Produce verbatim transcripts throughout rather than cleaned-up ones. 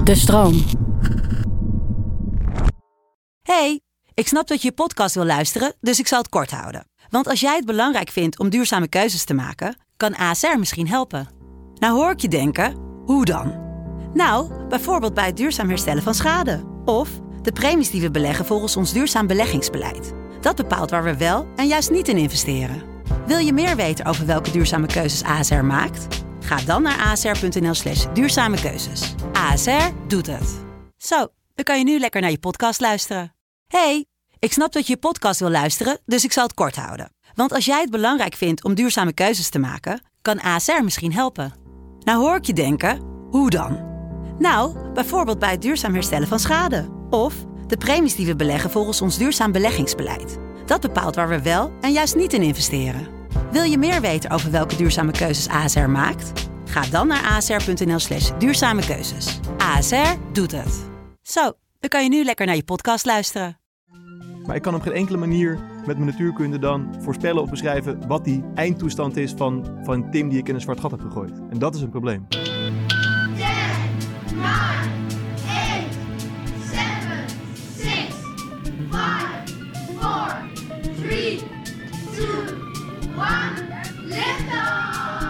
De stroom. Hey, ik snap dat je je podcast wil luisteren, dus ik zal het kort houden. Want als jij het belangrijk vindt om duurzame keuzes te maken, kan A S R misschien helpen. Nou hoor ik je denken, hoe dan? Nou, bijvoorbeeld bij het duurzaam herstellen van schade. Of de premies die we beleggen volgens ons duurzaam beleggingsbeleid. Dat bepaalt waar we wel en juist niet in investeren. Wil je meer weten over welke duurzame keuzes A S R maakt? Ga dan naar asr.nl slash duurzame keuzes. A S R doet het. Zo, dan kan je nu lekker naar je podcast luisteren. Hey, ik snap dat je je podcast wil luisteren, dus ik zal het kort houden. Want als jij het belangrijk vindt om duurzame keuzes te maken, kan A S R misschien helpen. Nou hoor ik je denken, hoe dan? Nou, bijvoorbeeld bij het duurzaam herstellen van schade. Of de premies die we beleggen volgens ons duurzaam beleggingsbeleid. Dat bepaalt waar we wel en juist niet in investeren. Wil je meer weten over welke duurzame keuzes A S R maakt? Ga dan naar asr.nl slash duurzame keuzes. A S R doet het. Zo, dan kan je nu lekker naar je podcast luisteren. Maar ik kan op geen enkele manier met mijn natuurkunde dan voorspellen of beschrijven wat die eindtoestand is van, van Tim die ik in een zwart gat heb gegooid. En dat is een probleem. ten, nine, eight, seven, six, five, four, three, two, one, lift off!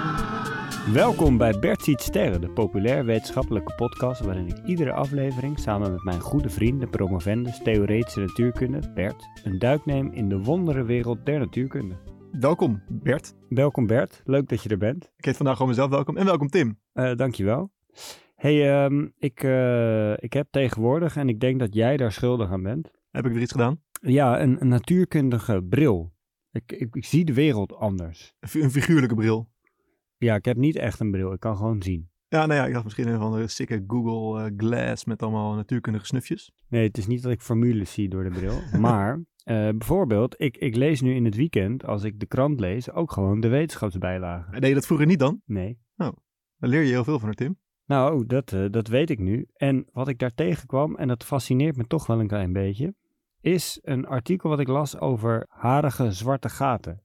Welkom bij Bert Ziet Sterren, de populair wetenschappelijke podcast waarin ik iedere aflevering samen met mijn goede vriend, de promovendus theoretische natuurkunde, Bert, een duik neem in de wonderenwereld der natuurkunde. Welkom Bert. Welkom Bert, leuk dat je er bent. Ik heet vandaag gewoon mezelf welkom en welkom Tim. Uh, dankjewel. Hey, um, ik, uh, ik heb tegenwoordig, en ik denk dat jij daar schuldig aan bent. Heb ik weer iets gedaan? Ja, een, een natuurkundige bril. Ik, ik, ik zie de wereld anders. Een figuurlijke bril. Ja, ik heb niet echt een bril, ik kan gewoon zien. Ja, nou ja, ik dacht misschien een van de sikke Google uh, Glass met allemaal natuurkundige snufjes. Nee, het is niet dat ik formules zie door de bril, maar uh, bijvoorbeeld, ik, ik lees nu in het weekend, als ik de krant lees, ook gewoon de wetenschapsbijlagen. Deed je dat vroeger niet dan? Nee. Oh, dan leer je heel veel van haar, Tim. Nou, dat, uh, dat weet ik nu. En wat ik daar tegenkwam, en dat fascineert me toch wel een klein beetje, is een artikel wat ik las over harige zwarte gaten.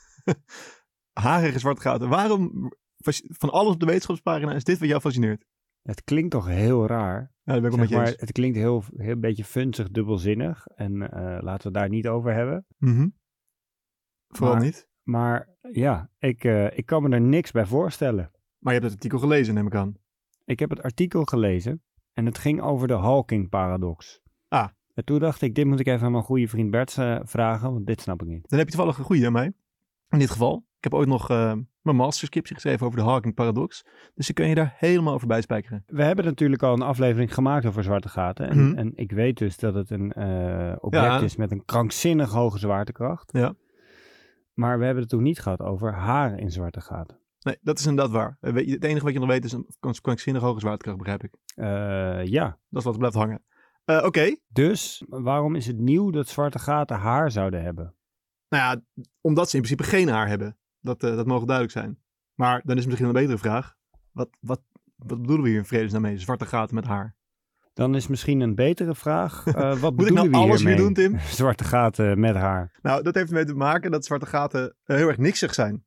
Harige zwarte gaten. Waarom, van alles op de wetenschapspagina, is dit wat jou fascineert? Het klinkt toch heel raar. Ja, dat ben ik wel met je maar, eens. het klinkt heel, heel een beetje funzig, dubbelzinnig. En uh, laten we het daar niet over hebben. Mm-hmm. Vooral maar, niet. Maar ja, ik, uh, ik kan me er niks bij voorstellen. Maar je hebt het artikel gelezen, neem ik aan. Ik heb het artikel gelezen en het ging over de Hawking-paradox. Ah. En toen dacht ik, dit moet ik even aan mijn goede vriend Bert uh, vragen, want dit snap ik niet. Dan heb je toevallig een goede aan mij. In dit geval. Ik heb ooit nog uh, mijn masterscriptie geschreven over de Hawking-paradox. Dus ik kun je daar helemaal over bijspijkeren. We hebben natuurlijk al een aflevering gemaakt over zwarte gaten. En, mm-hmm. en ik weet dus dat het een uh, object ja. is met een krankzinnig hoge zwaartekracht. Ja. Maar we hebben het toen niet gehad over haren in zwarte gaten. Nee, dat is inderdaad waar. Het enige wat je nog weet is een krankzinnig hoge zwaartekracht, begrijp ik. Uh, ja. Dat is wat er blijft hangen. Uh, Oké. Okay. Dus waarom is het nieuw dat zwarte gaten haar zouden hebben? Nou ja, omdat ze in principe geen haar hebben. Dat, uh, dat mogen duidelijk zijn. Maar dan is misschien een betere vraag. Wat, wat, wat bedoelen we hier in vredesnaam mee? Zwarte gaten met haar. Dan is misschien een betere vraag. Uh, wat Moet ik nou we alles hiermee? weer doen, Tim? Zwarte gaten met haar. Nou, dat heeft ermee te maken dat zwarte gaten uh, heel erg niksig zijn.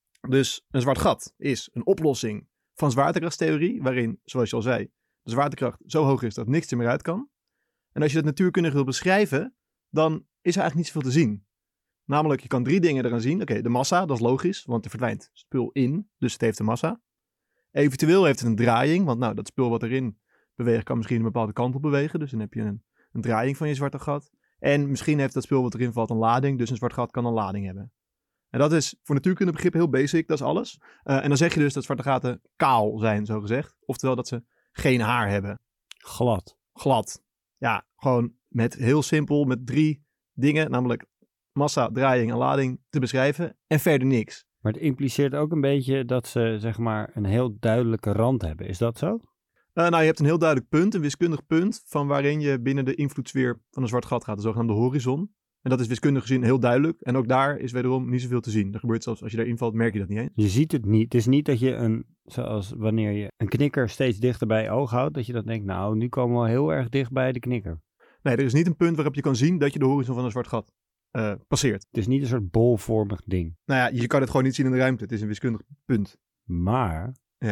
Dus een zwart gat is een oplossing van zwaartekrachtstheorie. Waarin, zoals je al zei, de zwaartekracht zo hoog is dat niks er meer uit kan. En als je dat natuurkundig wil beschrijven, dan is er eigenlijk niet zoveel te zien. Namelijk, je kan drie dingen eraan zien. Oké, okay, de massa, dat is logisch, want er verdwijnt spul in, dus het heeft een massa. Eventueel heeft het een draaiing, want nou, dat spul wat erin beweegt kan misschien een bepaalde kant op bewegen. Dus dan heb je een, een draaiing van je zwarte gat. En misschien heeft dat spul wat erin valt een lading, dus een zwart gat kan een lading hebben. En dat is voor natuurkundebegrip heel basic, dat is alles. Uh, en dan zeg je dus dat zwarte gaten kaal zijn, zo gezegd. Oftewel dat ze geen haar hebben. Glad. Glad. Ja, gewoon met heel simpel, met drie dingen, namelijk massa, draaiing en lading te beschrijven en verder niks. Maar het impliceert ook een beetje dat ze, zeg maar, een heel duidelijke rand hebben. Is dat zo? Uh, nou, je hebt een heel duidelijk punt, een wiskundig punt, van waarin je binnen de invloedssfeer van een zwart gat gaat, de zogenaamde horizon. En dat is wiskundig gezien heel duidelijk. En ook daar is wederom niet zoveel te zien. Er gebeurt zelfs, als je daarin valt, merk je dat niet eens. Je ziet het niet. Het is niet dat je een, zoals wanneer je een knikker steeds dichter bij je oog houdt, dat je dan denkt, nou, nu komen we heel erg dicht bij de knikker. Nee, er is niet een punt waarop je kan zien dat je de horizon van een zwart gat uh, passeert. Het is niet een soort bolvormig ding. Nou ja, je kan het gewoon niet zien in de ruimte. Het is een wiskundig punt. Maar ja.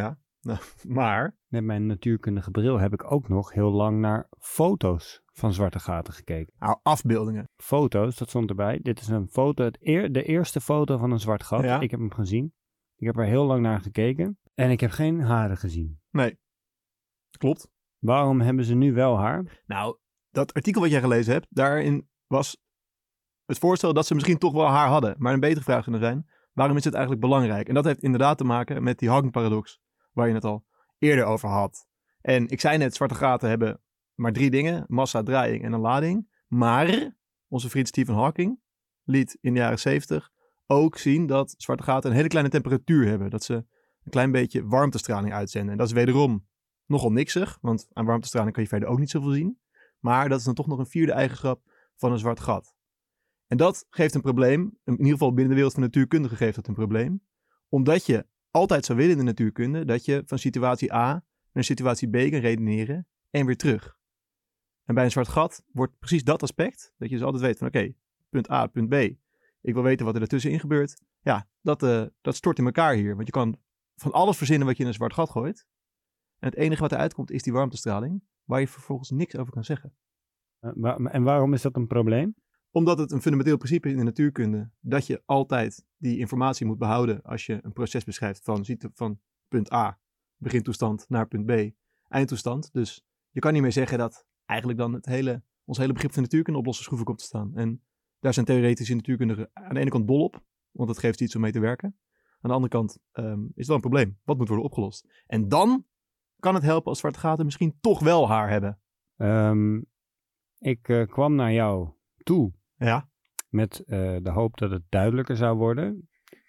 Maar, Met mijn natuurkundige bril heb ik ook nog heel lang naar foto's van zwarte gaten gekeken. nou, afbeeldingen. Foto's, dat stond erbij. Dit is een foto, het eer, de eerste foto van een zwart gat. Ja. Ik heb hem gezien. Ik heb er heel lang naar gekeken. En ik heb geen haren gezien. Nee, klopt. Waarom hebben ze nu wel haar? Nou, dat artikel wat jij gelezen hebt, daarin was het voorstel dat ze misschien toch wel haar hadden. Maar een betere vraag zou zijn, waarom is het eigenlijk belangrijk? En dat heeft inderdaad te maken met die Hawking-paradox, waar je het al eerder over had. En ik zei net, zwarte gaten hebben maar drie dingen, massa, draaiing en een lading. Maar onze vriend Stephen Hawking liet in de jaren zeventig ook zien dat zwarte gaten een hele kleine temperatuur hebben. Dat ze een klein beetje warmtestraling uitzenden. En dat is wederom nogal niksig, want aan warmtestraling kan je verder ook niet zoveel zien. Maar dat is dan toch nog een vierde eigenschap van een zwart gat. En dat geeft een probleem, in ieder geval binnen de wereld van natuurkunde geeft dat een probleem. Omdat je altijd zou willen in de natuurkunde dat je van situatie A naar situatie B kan redeneren en weer terug. En bij een zwart gat wordt precies dat aspect, dat je dus altijd weet van oké, okay, punt A, punt B. Ik wil weten wat er daartussenin gebeurt. Ja, dat, uh, dat stort in elkaar hier. Want je kan van alles verzinnen wat je in een zwart gat gooit. En het enige wat eruit komt is die warmtestraling, waar je vervolgens niks over kan zeggen. Uh, wa- en waarom is dat een probleem? Omdat het een fundamenteel principe is in de natuurkunde, dat je altijd die informatie moet behouden als je een proces beschrijft van, van punt A, begintoestand, naar punt B, eindtoestand. Dus je kan niet meer zeggen dat eigenlijk dan het hele, ons hele begrip van natuurkunde op losse schroeven komt te staan. En daar zijn theoretische natuurkundigen aan de ene kant dol op, want dat geeft iets om mee te werken. Aan de andere kant um, is het wel een probleem. Wat moet worden opgelost? En dan kan het helpen als zwarte gaten misschien toch wel haar hebben. Um, ik uh, kwam naar jou toe Ja. met uh, de hoop dat het duidelijker zou worden.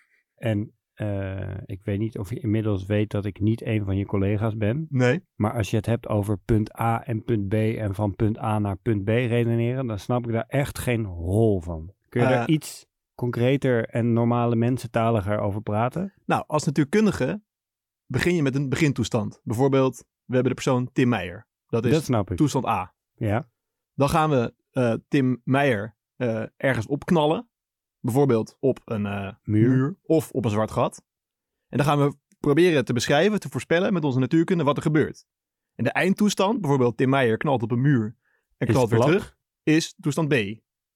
En uh, ik weet niet of je inmiddels weet dat ik niet een van je collega's ben. Nee. Maar als je het hebt over punt A en punt B en van punt A naar punt B redeneren, dan snap ik daar echt geen hol van. Kun je uh, daar iets concreter en normale mensentaliger over praten? Nou, als natuurkundige begin je met een begintoestand. Bijvoorbeeld, we hebben de persoon Tim Meijer. Dat is dat snap ik. Toestand A. Ja. Dan gaan we uh, Tim Meijer uh, ergens opknallen. Bijvoorbeeld op een uh, muur. muur of op een zwart gat. En dan gaan we proberen te beschrijven, te voorspellen met onze natuurkunde wat er gebeurt. En de eindtoestand, bijvoorbeeld Tim Meijer knalt op een muur en knalt weer terug, is toestand B.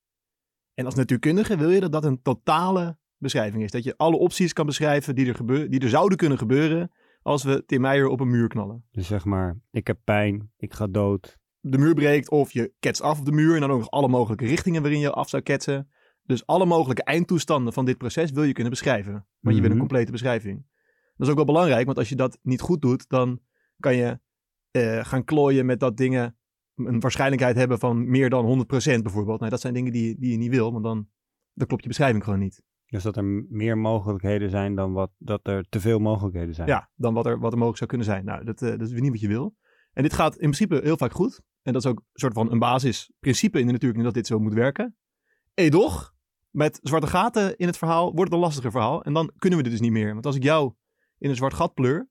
En als natuurkundige wil je dat dat een totale beschrijving is. Dat je alle opties kan beschrijven die er, gebeur- die er zouden kunnen gebeuren als we Tim Meijer op een muur knallen. Dus zeg maar, ik heb pijn, ik ga dood. De muur breekt of je ketst af op de muur en dan ook nog alle mogelijke richtingen waarin je af zou ketsen. Dus alle mogelijke eindtoestanden van dit proces wil je kunnen beschrijven. Want mm-hmm. je wil een complete beschrijving. Dat is ook wel belangrijk, want als je dat niet goed doet, dan kan je uh, gaan klooien met dat dingen een waarschijnlijkheid hebben van meer dan honderd procent bijvoorbeeld. Nou, dat zijn dingen die, die je niet wil, want dan, dan klopt je beschrijving gewoon niet. Dus dat er meer mogelijkheden zijn dan wat, dat er te veel mogelijkheden zijn. Ja, dan wat er, wat er mogelijk zou kunnen zijn. Nou, dat, uh, dat is weer niet wat je wil. En dit gaat in principe heel vaak goed. En dat is ook een soort van een basisprincipe in de natuurkunde dat dit zo moet werken. Edoch, met zwarte gaten in het verhaal wordt het een lastiger verhaal. En dan kunnen we dit dus niet meer. Want als ik jou in een zwart gat pleur,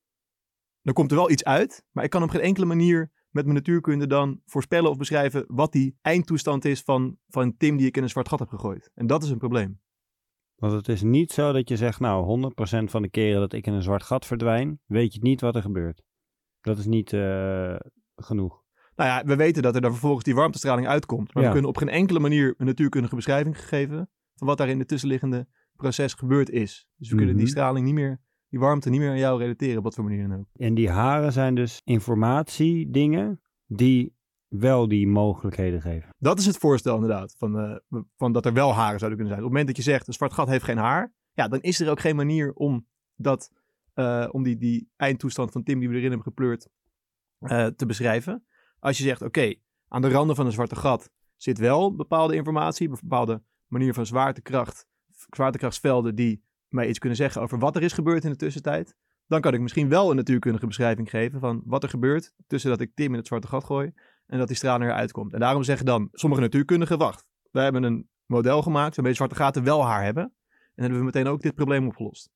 dan komt er wel iets uit. Maar ik kan op geen enkele manier met mijn natuurkunde dan voorspellen of beschrijven wat die eindtoestand is van, van Tim die ik in een zwart gat heb gegooid. En dat is een probleem. Want het is niet zo dat je zegt, nou, honderd procent van de keren dat ik in een zwart gat verdwijn, weet je niet wat er gebeurt. Dat is niet uh, genoeg. Nou ja, we weten dat er dan vervolgens die warmtestraling uitkomt. Maar ja. we kunnen op geen enkele manier een natuurkundige beschrijving geven van wat daar in het tussenliggende proces gebeurd is. Dus we mm-hmm. kunnen die straling niet meer, die warmte niet meer aan jou relateren, op wat voor manier dan ook. En die haren zijn dus informatiedingen die wel die mogelijkheden geven. Dat is het voorstel inderdaad, van, uh, van dat er wel haren zouden kunnen zijn. Op het moment dat je zegt, een zwart gat heeft geen haar, ja, dan is er ook geen manier om, dat, uh, om die, die eindtoestand van Tim die we erin hebben gepleurd uh, te beschrijven. Als je zegt, oké, okay, aan de randen van een zwarte gat zit wel bepaalde informatie, een bepaalde manier van zwaartekracht, zwaartekrachtsvelden die mij iets kunnen zeggen over wat er is gebeurd in de tussentijd, dan kan ik misschien wel een natuurkundige beschrijving geven van wat er gebeurt tussen dat ik Tim in het zwarte gat gooi en dat die straling eruit komt. En daarom zeggen dan sommige natuurkundigen, wacht, wij hebben een model gemaakt waarmee zwarte gaten wel haar hebben en dan hebben we meteen ook dit probleem opgelost.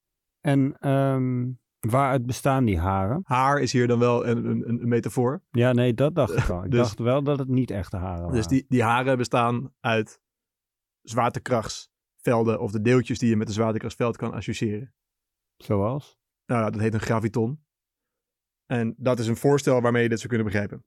En um, waaruit bestaan die haren? Haar is hier dan wel een, een, een metafoor. Ja, nee, dat dacht ik al. Ik dus, dacht wel dat het niet echte haren waren. Dus die, die haren bestaan uit zwaartekrachtsvelden of de deeltjes die je met een zwaartekrachtsveld kan associëren. Zoals? Nou, dat heet een graviton. En dat is een voorstel waarmee je dit zou kunnen begrijpen.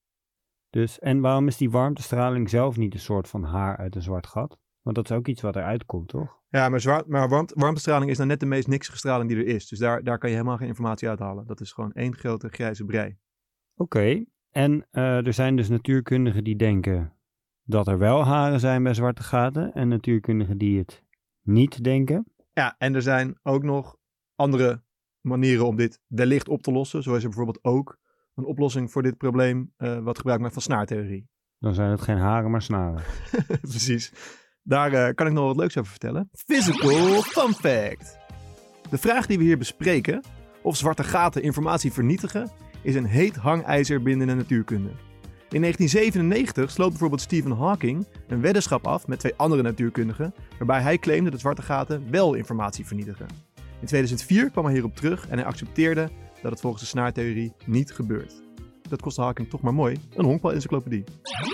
Dus, en waarom is die warmtestraling zelf niet een soort van haar uit een zwart gat? Want dat is ook iets wat eruit komt, toch? Ja, maar, zwaar, maar warmte, warmtestraling is nou net de meest niksige straling die er is. Dus daar, daar kan je helemaal geen informatie uithalen. Dat is gewoon één grote grijze brei. Oké, okay. en uh, er zijn dus natuurkundigen die denken dat er wel haren zijn bij zwarte gaten. En natuurkundigen die het niet denken. Ja, en er zijn ook nog andere manieren om dit wellicht op te lossen. Zoals je bijvoorbeeld ook een oplossing voor dit probleem uh, wat gebruik maakt van snaartheorie. Dan zijn het geen haren, maar snaren. Precies. Daar uh, kan ik nog wat leuks over vertellen. Physical fun fact. De vraag die we hier bespreken, of zwarte gaten informatie vernietigen, is een heet hangijzer binnen de natuurkunde. In negentien zevenennegentig sloot bijvoorbeeld Stephen Hawking een weddenschap af met twee andere natuurkundigen, waarbij hij claimde dat zwarte gaten wel informatie vernietigen. In tweeduizend vier kwam hij hierop terug en hij accepteerde dat het volgens de snaartheorie niet gebeurt. Dat kostte Hawking toch maar mooi, een honkbal-encyclopedie.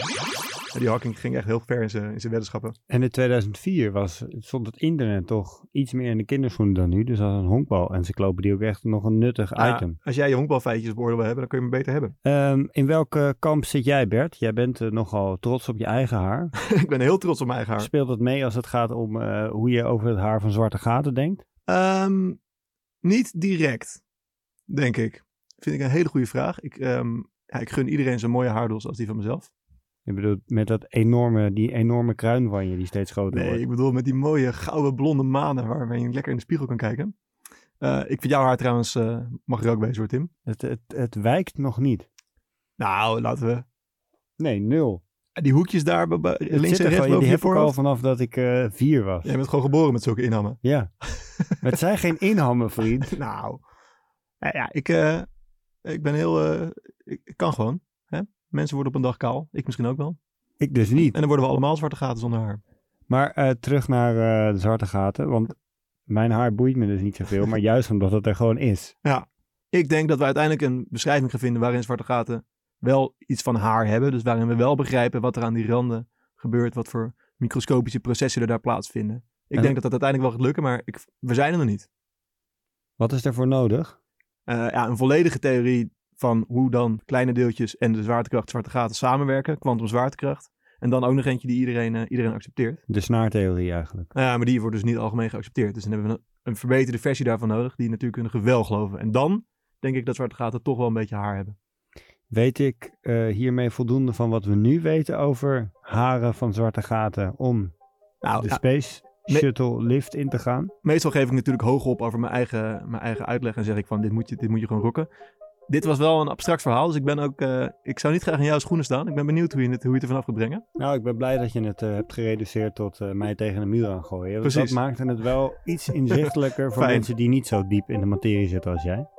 Ja, die Hawking ging echt heel ver in zijn, in zijn weddenschappen. En in tweeduizend vier was, stond het internet toch iets meer in de kinderschoenen dan nu. Dus als een honkbal-encyclopedie ook echt nog een nuttig Ah, item. Als jij je honkbalfeitjes op orde wil hebben, dan kun je me beter hebben. Um, in welke kamp zit jij, Bert? Jij bent uh, nogal trots op je eigen haar. Ik ben heel trots op mijn eigen haar. Speelt het mee als het gaat om uh, hoe je over het haar van zwarte gaten denkt? Um, niet direct, denk ik. Vind ik een hele goede vraag. Ik, um, ja, ik gun iedereen zo'n mooie haardos als die van mezelf. Je bedoelt met dat enorme, die enorme kruin van je die steeds groter nee, wordt? Nee, ik bedoel met die mooie gouden blonde manen waarmee je lekker in de spiegel kan kijken. Uh, ik vind jouw haar trouwens, uh, mag er ook bij, hoor, Tim. Het, het, het wijkt nog niet. Nou, laten we... Nee, nul. Die hoekjes daar, b- b- links en rechts gewoon, boven die je heb ik al voorhoofd. vanaf dat ik uh, vier was. Jij bent gewoon geboren met zulke inhammen. Ja, maar het zijn geen inhammen, vriend. Nou, ja, ja ik, uh, ik ben heel... Uh, ik, ik kan gewoon. Hè? Mensen worden op een dag kaal. Ik misschien ook wel. Ik dus niet. En dan worden we allemaal zwarte gaten zonder haar. Maar uh, terug naar uh, de zwarte gaten, want mijn haar boeit me dus niet zoveel, maar juist omdat het er gewoon is. Ja, ik denk dat we uiteindelijk een beschrijving gaan vinden waarin zwarte gaten wel iets van haar hebben. Dus waarin we wel begrijpen wat er aan die randen gebeurt, wat voor microscopische processen er daar plaatsvinden. Ik en denk dat dat uiteindelijk wel gaat lukken, maar ik, we zijn er nog niet. Wat is daarvoor nodig? Uh, ja, een volledige theorie van hoe dan kleine deeltjes en de zwaartekracht zwarte gaten samenwerken, kwantumzwaartekracht. En dan ook nog eentje die iedereen, uh, iedereen accepteert. De snaartheorie eigenlijk. Ja, maar die wordt dus niet algemeen geaccepteerd. Dus dan hebben we een, een verbeterde versie daarvan nodig, die natuurkundigen wel geloven. En dan denk ik dat zwarte gaten toch wel een beetje haar hebben. Weet ik uh, hiermee voldoende van wat we nu weten over haren van zwarte gaten om nou, de ja, Space Shuttle me- lift in te gaan? Meestal geef ik natuurlijk hoog op over mijn eigen, mijn eigen uitleg en zeg ik van dit moet je, dit moet je gewoon rocken. Dit was wel een abstract verhaal, dus ik ben ook, uh, ik zou niet graag in jouw schoenen staan. Ik ben benieuwd hoe je het, hoe je het er vanaf gaat brengen. Nou, ik ben blij dat je het uh, hebt gereduceerd tot uh, mij tegen de muur aan gooien. Precies. Dat maakte het wel iets inzichtelijker voor mensen die niet zo diep in de materie zitten als jij.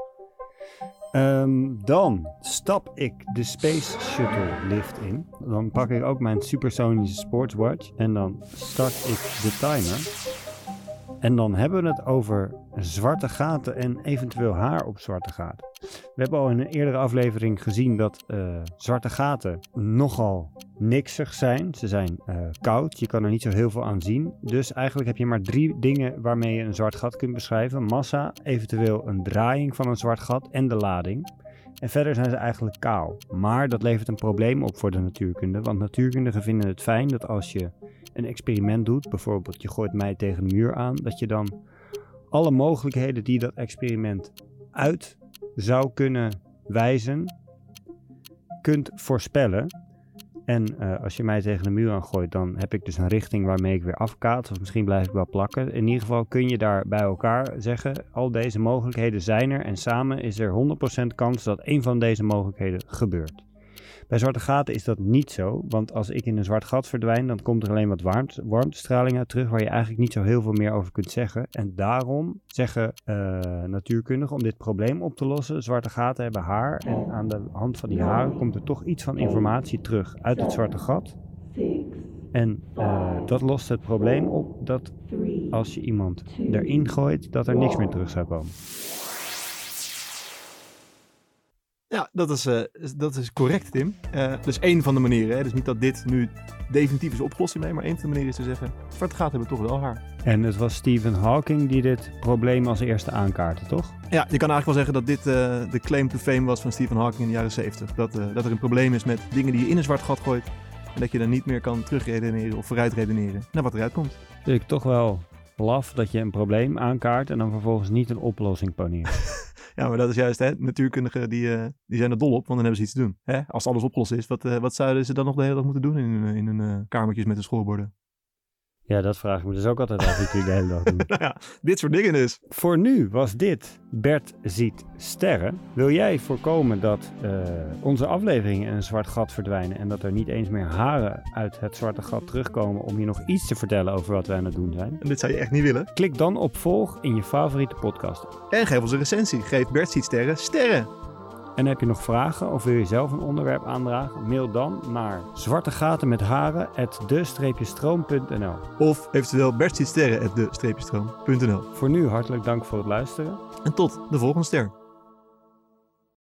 Um, dan stap ik de Space Shuttle lift in. Dan pak ik ook mijn supersonische sportswatch en dan start ik de timer. En dan hebben we het over zwarte gaten en eventueel haar op zwarte gaten. We hebben al in een eerdere aflevering gezien dat uh, zwarte gaten nogal niksig zijn. Ze zijn uh, koud, je kan er niet zo heel veel aan zien. Dus eigenlijk heb je maar drie dingen waarmee je een zwart gat kunt beschrijven. Massa, eventueel een draaiing van een zwart gat en de lading. En verder zijn ze eigenlijk kaal. Maar dat levert een probleem op voor de natuurkunde. Want natuurkundigen vinden het fijn dat als je een experiment doet, bijvoorbeeld je gooit mij tegen de muur aan, dat je dan alle mogelijkheden die dat experiment uit zou kunnen wijzen, kunt voorspellen. En uh, als je mij tegen de muur aangooit, dan heb ik dus een richting waarmee ik weer afkaats. Of misschien blijf ik wel plakken. In ieder geval kun je daar bij elkaar zeggen, al deze mogelijkheden zijn er. En samen is er honderd procent kans dat één van deze mogelijkheden gebeurt. Bij zwarte gaten is dat niet zo, want als ik in een zwart gat verdwijn, dan komt er alleen wat warmte, warmtestraling uit terug, waar je eigenlijk niet zo heel veel meer over kunt zeggen. En daarom zeggen uh, natuurkundigen, om dit probleem op te lossen, zwarte gaten hebben haar en aan de hand van die haren komt er toch iets van informatie terug uit het zwarte gat. En uh, dat lost het probleem op dat als je iemand erin gooit, dat er niks meer terug zou komen. Ja, dat is, uh, dat is correct, Tim. Uh, dus één van de manieren. Hè? Dus niet dat dit nu definitief is opgelost hiermee, maar één van de manieren is te zeggen, zwarte gaten hebben toch wel haar. En het was Stephen Hawking die dit probleem als eerste aankaartte, toch? Ja, je kan eigenlijk wel zeggen dat dit uh, de claim to fame was van Stephen Hawking in de jaren zeventig. Dat, uh, dat er een probleem is met dingen die je in een zwart gat gooit en dat je dan niet meer kan terugredeneren of vooruitredeneren naar wat eruit komt. Dus ik toch wel laf dat je een probleem aankaart en dan vervolgens niet een oplossing poneert. Ja, maar dat is juist, hè, natuurkundigen die, uh, die zijn er dol op, want dan hebben ze iets te doen. Hè? Als alles opgelost is, wat, uh, wat zouden ze dan nog de hele dag moeten doen in, in hun uh, kamertjes met de schoolborden? Ja, dat vraag ik me dus ook altijd af wat jullie de hele dag doen. Nou ja, dit soort dingen dus. Voor nu was dit Bert ziet sterren. Wil jij voorkomen dat uh, onze afleveringen in een zwart gat verdwijnen en dat er niet eens meer haren uit het zwarte gat terugkomen om je nog iets te vertellen over wat wij aan het doen zijn? En dit zou je echt niet willen. Klik dan op volg in je favoriete podcast. En geef ons een recensie. Geef Bert ziet sterren sterren. En heb je nog vragen of wil je zelf een onderwerp aandragen? Mail dan naar zwartegaten met haren at de stroom punt n l. Of eventueel Bert ziet sterren at de stroom punt n l. Voor nu hartelijk dank voor het luisteren. En tot de volgende ster.